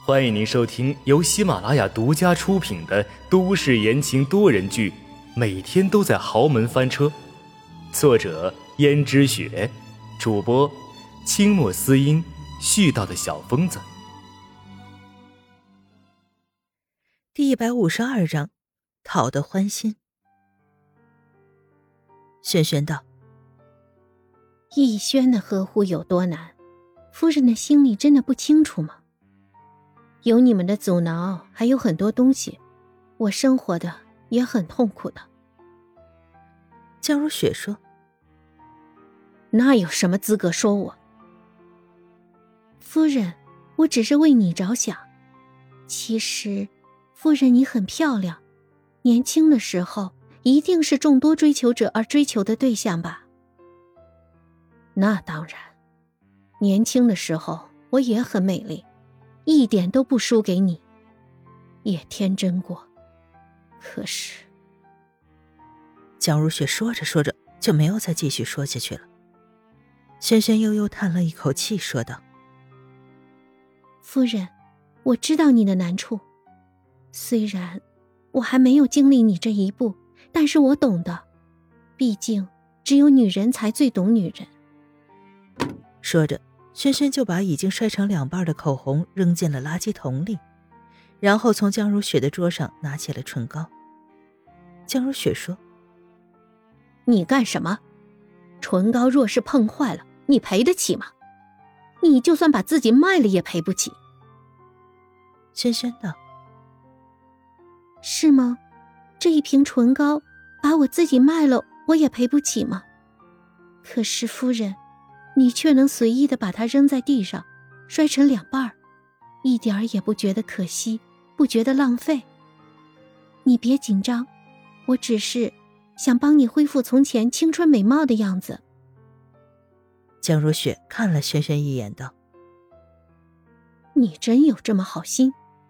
欢迎您收听由喜马拉雅独家出品的都市言情多人剧《每天都在豪门翻车》，作者胭脂雪，主播清墨思音，絮叨的小疯子。 第152章，讨得欢心。轩轩道： 逸轩的呵护有多难，夫人的心里真的不清楚吗？有你们的阻挠，还有很多东西，我生活的也很痛苦的。 江如雪说： 那有什么资格说我？夫人，我只是为你着想。其实夫人你很漂亮，年轻的时候一定是众多追求者而追求的对象吧？那当然，年轻的时候我也很美丽，一点都不输给你，也天真过。可是江如雪说着说着就没有再继续说下去了。轩轩悠悠叹了一口气说道： 夫人，我知道你的难处，虽然我还没有经历你这一步，但是我懂的，毕竟只有女人才最懂女人。 说着，轩轩就把已经摔成两半的口红扔进了垃圾桶里，然后从江如雪的桌上拿起了唇膏。江如雪说： 你干什么？唇膏若是碰坏了，你赔得起吗？你就算把自己卖了也赔不起。 轩轩道： 是吗？这一瓶唇膏把我自己卖了，我也赔不起吗？可是夫人，你却能随意地把它扔在地上，摔成两半，一点儿也不觉得可惜，不觉得浪费。你别紧张，我只是想帮你恢复从前青春美貌的样子。 江如雪看了轩轩一眼道： 你真有这么好心？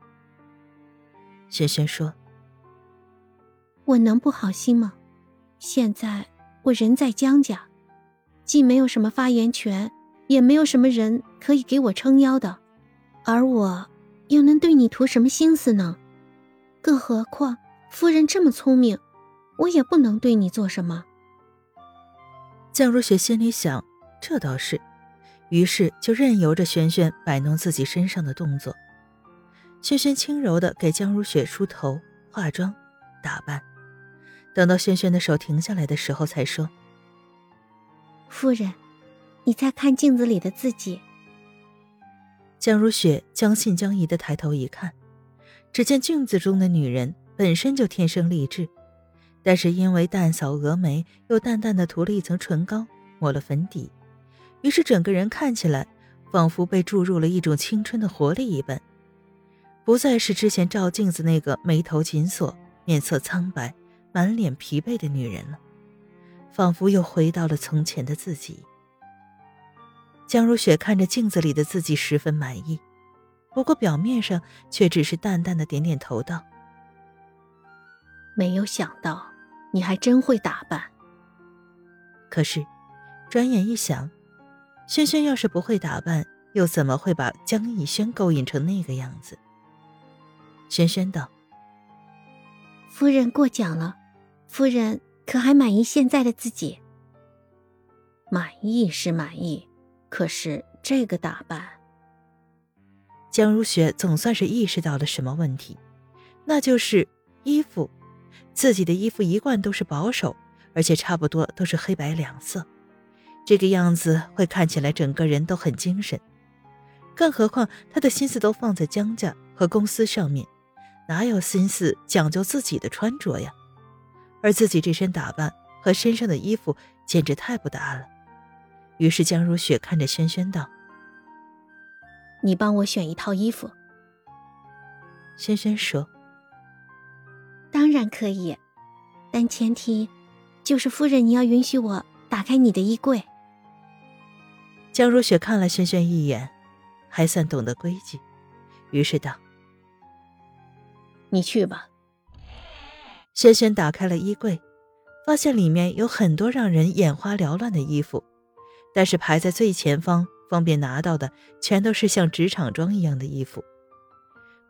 轩轩说： 我能不好心吗？现在我人在江家，既没有什么发言权，也没有什么人可以给我撑腰的，而我又能对你图什么心思呢？更何况夫人这么聪明，我也不能对你做什么。 江如雪心里想，这倒是，于是就任由着轩轩摆弄自己身上的动作。轩轩轻柔地给江如雪梳头、化妆、打扮，等到轩轩的手停下来的时候才说： 夫人，你在看镜子里的自己。 江如雪将信将疑地抬头一看，只见镜子中的女人本身就天生丽质，但是因为淡扫蛾眉，又淡淡地涂了一层唇膏，抹了粉底，于是整个人看起来仿佛被注入了一种青春的活力一般，不再是之前照镜子那个眉头紧锁、面色苍白、满脸疲惫的女人了，仿佛又回到了从前的自己。江如雪看着镜子里的自己十分满意，不过表面上却只是淡淡的点点头道： 没有想到你还真会打扮。 可是转眼一想，轩轩要是不会打扮，又怎么会把江逸轩勾引成那个样子？轩轩道： 夫人过奖了，夫人可还满意现在的自己？满意是满意，可是这个打扮…… 江如雪总算是意识到了什么问题，那就是衣服。自己的衣服一贯都是保守，而且差不多都是黑白两色，这个样子会看起来整个人都很精神。更何况他的心思都放在江家和公司上面，哪有心思讲究自己的穿着呀？而自己这身打扮和身上的衣服简直太不搭了。于是江如雪看着轩轩道： 你帮我选一套衣服。 轩轩说： 当然可以，但前提就是夫人你要允许我打开你的衣柜。 江如雪看了轩轩一眼，还算懂得规矩，于是道： 你去吧。 轩轩打开了衣柜，发现里面有很多让人眼花缭乱的衣服，但是排在最前方方便拿到的全都是像职场装一样的衣服。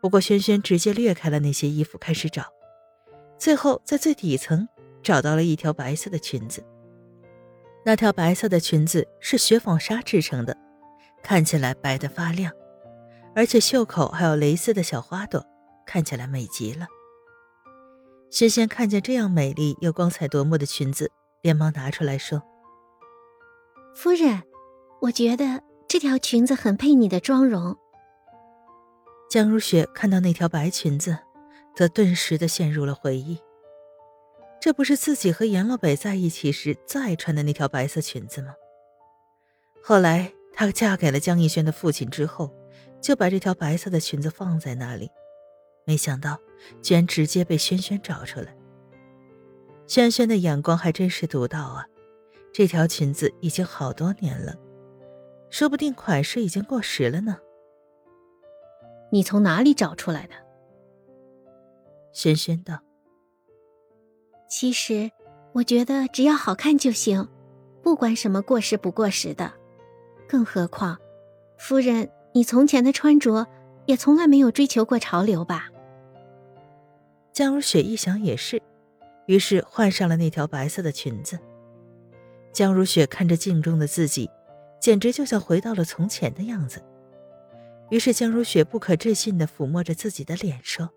不过轩轩直接掠开了那些衣服开始找，最后在最底层找到了一条白色的裙子。那条白色的裙子是雪纺纱制成的，看起来白得发亮，而且袖口还有蕾丝的小花朵，看起来美极了。轩轩看见这样美丽又光彩夺目的裙子，连忙拿出来说： 夫人，我觉得这条裙子很配你的妆容。 江如雪看到那条白裙子，则顿时地陷入了回忆。这不是自己和阎洛北在一起时最爱穿的那条白色裙子吗？后来她嫁给了江逸轩的父亲之后，就把这条白色的裙子放在那里，没想到居然直接被轩轩找出来。轩轩的眼光还真是独到啊，这条裙子已经好多年了，说不定款式已经过时了呢。 你从哪里找出来的？ 轩轩道： 其实我觉得只要好看就行，不管什么过时不过时的。更何况夫人，你从前的穿着也从来没有追求过潮流吧？ 江如雪一想也是，于是换上了那条白色的裙子。江如雪看着镜中的自己，简直就像回到了从前的样子。于是江如雪不可置信地抚摸着自己的脸说：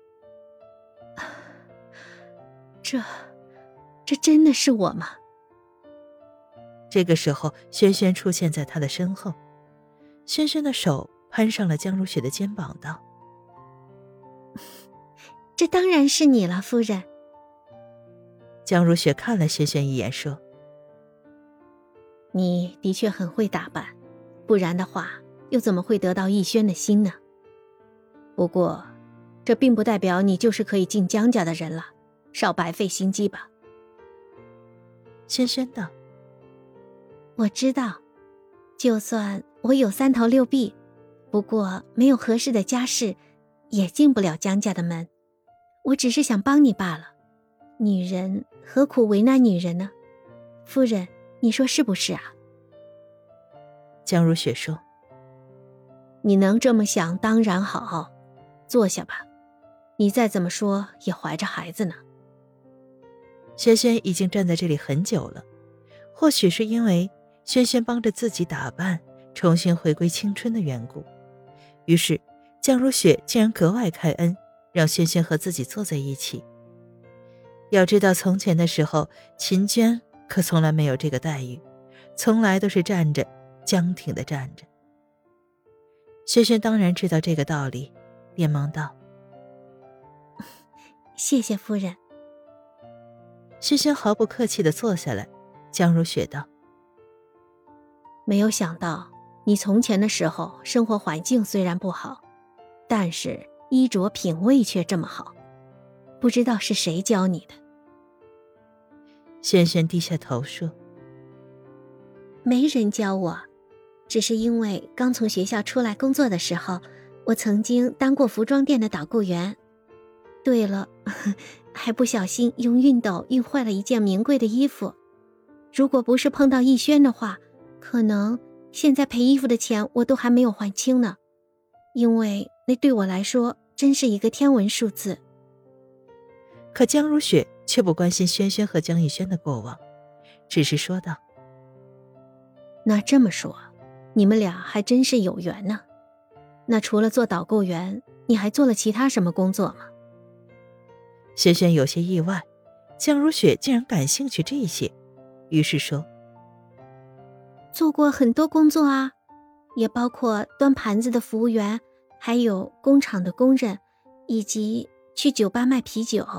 这真的是我吗？ 这个时候轩轩出现在她的身后，轩轩的手攀上了江如雪的肩膀道： 这当然是你了，夫人。 江如雪看了轩轩一眼说： 你的确很会打扮，不然的话又怎么会得到逸轩的心呢？不过这并不代表你就是可以进江家的人了，少白费心机吧。 轩轩道： 我知道，就算我有3头6臂，不过没有合适的家世，也进不了江家的门。我只是想帮你罢了，女人何苦为难女人呢？夫人，你说是不是啊？ 江如雪说： 你能这么想当然好，坐下吧，你再怎么说也怀着孩子呢。 轩轩已经站在这里很久了，或许是因为轩轩帮着自己打扮，重新回归青春的缘故，于是江如雪竟然格外开恩，让轩轩和自己坐在一起。要知道从前的时候，秦娟可从来没有这个待遇，从来都是站着，僵挺地站着。轩轩当然知道这个道理，连忙道： 谢谢夫人。 轩轩毫不客气地坐下来。江如雪道： 没有想到你从前的时候生活环境虽然不好，但是衣着品味却这么好，不知道是谁教你的。 轩轩低下头说： 没人教我，只是因为刚从学校出来工作的时候，我曾经当过服装店的导购员。对了，还不小心用熨斗熨坏了一件名贵的衣服。如果不是碰到逸轩的话，可能现在赔衣服的钱我都还没有还清呢，因为那对我来说真是一个天文数字。 可江如雪却不关心轩轩和江逸轩的过往，只是说道： 那这么说，你们俩还真是有缘呢。那除了做导购员，你还做了其他什么工作吗？ 轩轩有些意外，江如雪竟然感兴趣这些，于是说： 做过很多工作啊，也包括端盘子的服务员，还有工厂的工人，以及去酒吧卖啤酒。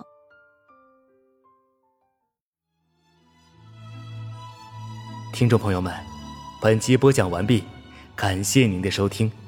听众朋友们，本集播讲完毕，感谢您的收听。